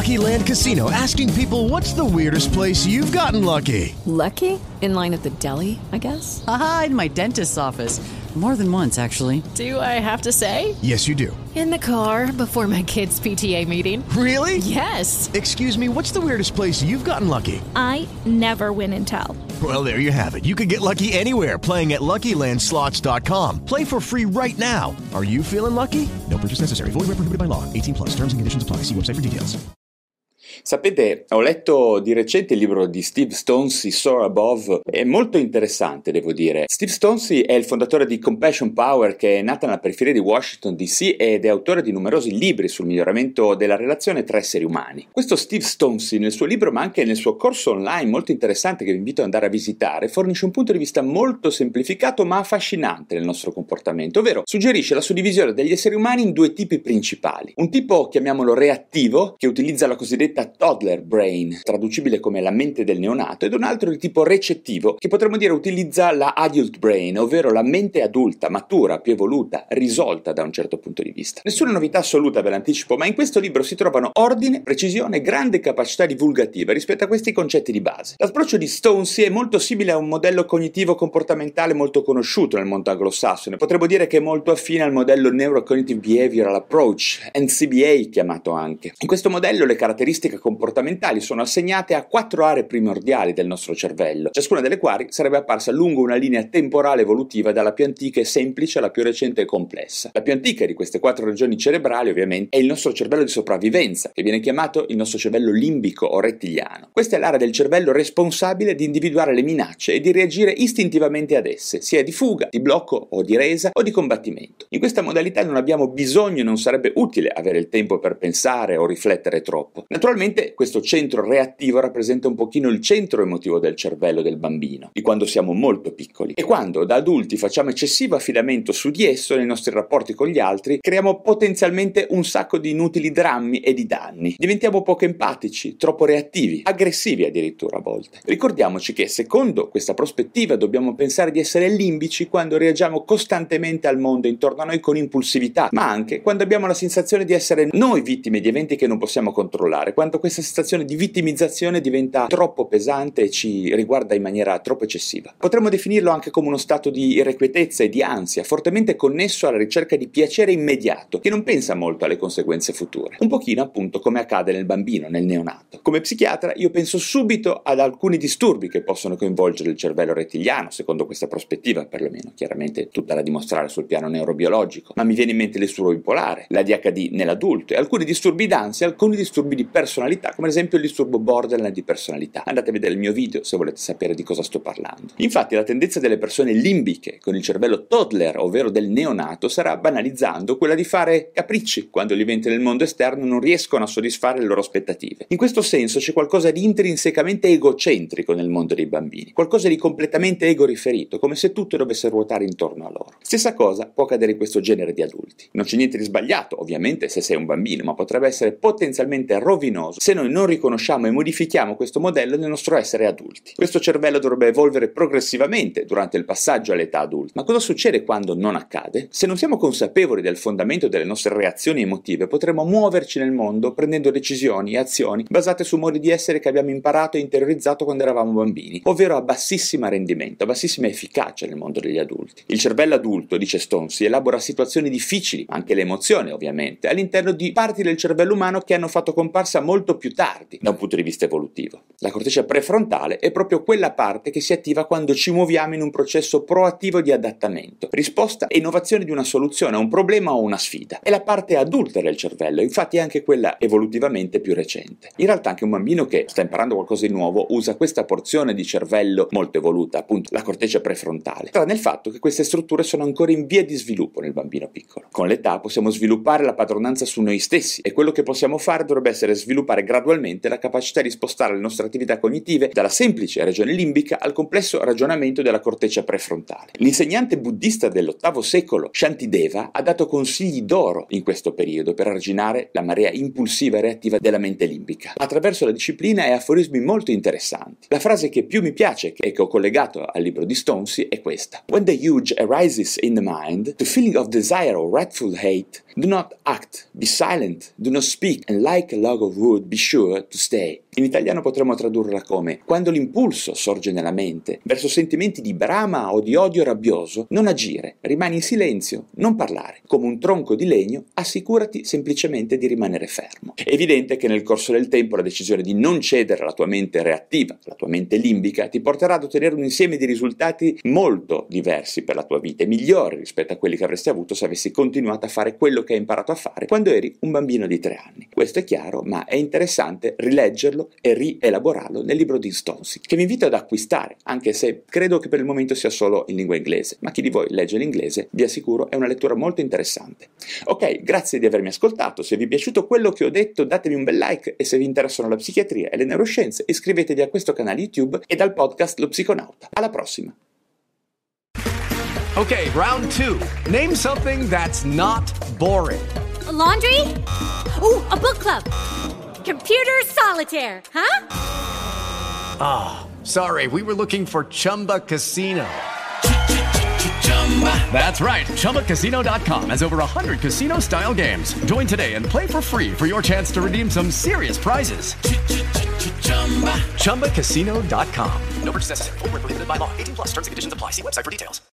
Lucky Land Casino, asking people, what's the weirdest place you've gotten lucky? Lucky? In line at the deli, I guess? Aha, in my dentist's office. More than once, actually. Do I have to say? Yes, you do. In the car before my kids' PTA meeting. Really? Yes. Excuse me, what's the weirdest place you've gotten lucky? I never win and tell. Well, there you have it. You can get lucky anywhere, playing at LuckyLandSlots.com. Play for free right now. Are you feeling lucky? No purchase necessary. Void where prohibited by law. 18+. Terms and conditions apply. See website for details. Sapete, ho letto di recente il libro di Steve Stonesy, Soar Above, è molto interessante, devo dire. Steve Stonesy è il fondatore di Compassion Power, che è nata nella periferia di Washington DC ed è autore di numerosi libri sul miglioramento della relazione tra esseri umani. Questo Steve Stonesy, nel suo libro ma anche nel suo corso online molto interessante che vi invito ad andare a visitare, fornisce un punto di vista molto semplificato ma affascinante del nostro comportamento, ovvero suggerisce la suddivisione degli esseri umani in due tipi principali. Un tipo, chiamiamolo reattivo, che utilizza la cosiddetta toddler brain, traducibile come la mente del neonato, ed un altro di tipo recettivo, che potremmo dire utilizza la adult brain, ovvero la mente adulta, matura, più evoluta, risolta da un certo punto di vista. Nessuna novità assoluta, ve l'anticipo, ma in questo libro si trovano ordine, precisione e grande capacità divulgativa rispetto a questi concetti di base. L'approccio di Stonesy è molto simile a un modello cognitivo-comportamentale molto conosciuto nel mondo anglosassone. Potremmo dire che è molto affine al modello Neurocognitive Behavioral Approach, NCBA chiamato anche. In questo modello le caratteristiche comportamentali sono assegnate a 4 aree primordiali del nostro cervello, ciascuna delle quali sarebbe apparsa lungo una linea temporale evolutiva dalla più antica e semplice alla più recente e complessa. La più antica di queste 4 regioni cerebrali, ovviamente, è il nostro cervello di sopravvivenza, che viene chiamato il nostro cervello limbico o rettiliano. Questa è l'area del cervello responsabile di individuare le minacce e di reagire istintivamente ad esse, sia di fuga, di blocco o di resa o di combattimento. In questa modalità non abbiamo bisogno e non sarebbe utile avere il tempo per pensare o riflettere troppo. Naturalmente questo centro reattivo rappresenta un pochino il centro emotivo del cervello del bambino, di quando siamo molto piccoli, e quando da adulti facciamo eccessivo affidamento su di esso nei nostri rapporti con gli altri, creiamo potenzialmente un sacco di inutili drammi e di danni. Diventiamo poco empatici, troppo reattivi, aggressivi addirittura a volte. Ricordiamoci che secondo questa prospettiva dobbiamo pensare di essere limbici quando reagiamo costantemente al mondo intorno a noi con impulsività, ma anche quando abbiamo la sensazione di essere noi vittime di eventi che non possiamo controllare, quando questa sensazione di vittimizzazione diventa troppo pesante e ci riguarda in maniera troppo eccessiva. Potremmo definirlo anche come uno stato di irrequietezza e di ansia, fortemente connesso alla ricerca di piacere immediato, che non pensa molto alle conseguenze future. Un pochino appunto come accade nel bambino, nel neonato. Come psichiatra io penso subito ad alcuni disturbi che possono coinvolgere il cervello rettiliano, secondo questa prospettiva perlomeno, chiaramente tutta da dimostrare sul piano neurobiologico, ma mi viene in mente il disturbo bipolare, l'ADHD nell'adulto e alcuni disturbi d'ansia, alcuni disturbi di personalità, come ad esempio il disturbo borderline di personalità. Andate a vedere il mio video se volete sapere di cosa sto parlando. Infatti la tendenza delle persone limbiche con il cervello toddler, ovvero del neonato, sarà, banalizzando, quella di fare capricci quando gli eventi nel mondo esterno non riescono a soddisfare le loro aspettative. In questo senso c'è qualcosa di intrinsecamente egocentrico nel mondo dei bambini, qualcosa di completamente ego-riferito, come se tutto dovesse ruotare intorno a loro. Stessa cosa può accadere in questo genere di adulti. Non c'è niente di sbagliato, ovviamente, se sei un bambino, ma potrebbe essere potenzialmente rovinoso se noi non riconosciamo e modifichiamo questo modello nel nostro essere adulti. Questo cervello dovrebbe evolvere progressivamente durante il passaggio all'età adulta. Ma cosa succede quando non accade? Se non siamo consapevoli del fondamento delle nostre reazioni emotive, potremo muoverci nel mondo prendendo decisioni e azioni basate su modi di essere che abbiamo imparato e interiorizzato quando eravamo bambini, ovvero a bassissimo rendimento, a bassissima efficacia nel mondo degli adulti. Il cervello adulto, dice Stonesy, elabora situazioni difficili, anche le emozioni ovviamente, all'interno di parti del cervello umano che hanno fatto comparsa molto più tardi da un punto di vista evolutivo. La corteccia prefrontale è proprio quella parte che si attiva quando ci muoviamo in un processo proattivo di adattamento, risposta e innovazione di una soluzione a un problema o una sfida. È la parte adulta del cervello, infatti è anche quella evolutivamente più recente. In realtà anche un bambino che sta imparando qualcosa di nuovo usa questa porzione di cervello molto evoluta, appunto la corteccia prefrontale, tranne il fatto che queste strutture sono ancora in via di sviluppo nel bambino piccolo. Con l'età possiamo sviluppare la padronanza su noi stessi e quello che possiamo fare dovrebbe essere sviluppare gradualmente la capacità di spostare le nostre attività cognitive dalla semplice regione limbica al complesso ragionamento della corteccia prefrontale. L'insegnante buddista dell'VIII secolo, Shantideva, ha dato consigli d'oro in questo periodo per arginare la marea impulsiva e reattiva della mente limbica, attraverso la disciplina e aforismi molto interessanti. La frase che più mi piace e che ho collegato al libro di Stonesy è questa: When the urge arises in the mind, the feeling of desire or wrathful hate Do not act, be silent, do not speak, and like a log of wood, be sure to stay. In italiano potremmo tradurla come: quando l'impulso sorge nella mente verso sentimenti di brama o di odio rabbioso, non agire, rimani in silenzio, non parlare. Come un tronco di legno, assicurati semplicemente di rimanere fermo. È evidente che nel corso del tempo la decisione di non cedere alla tua mente reattiva, la tua mente limbica, ti porterà ad ottenere un insieme di risultati molto diversi per la tua vita e migliori rispetto a quelli che avresti avuto se avessi continuato a fare quello che hai imparato a fare quando eri un bambino di 3 anni. Questo è chiaro, ma è interessante rileggerlo e rielaborarlo nel libro di Stonzi, che vi invito ad acquistare, anche se credo che per il momento sia solo in lingua inglese, ma chi di voi legge l'inglese, vi assicuro, è una lettura molto interessante. Ok, grazie di avermi ascoltato. Se vi è piaciuto quello che ho detto, datemi un bel like, e se vi interessano la psichiatria e le neuroscienze, iscrivetevi a questo canale YouTube e al podcast Lo Psiconauta. Alla prossima! Okay, round 2. Name something that's not boring. A laundry? Ooh, a book club. Computer solitaire, huh? Sorry, we were looking for Chumba Casino. That's right, ChumbaCasino.com has over 100 casino-style games. Join today and play for free for your chance to redeem some serious prizes. ChumbaCasino.com. No purchase necessary. Void where prohibited by law. 18+ terms and conditions apply. See website for details.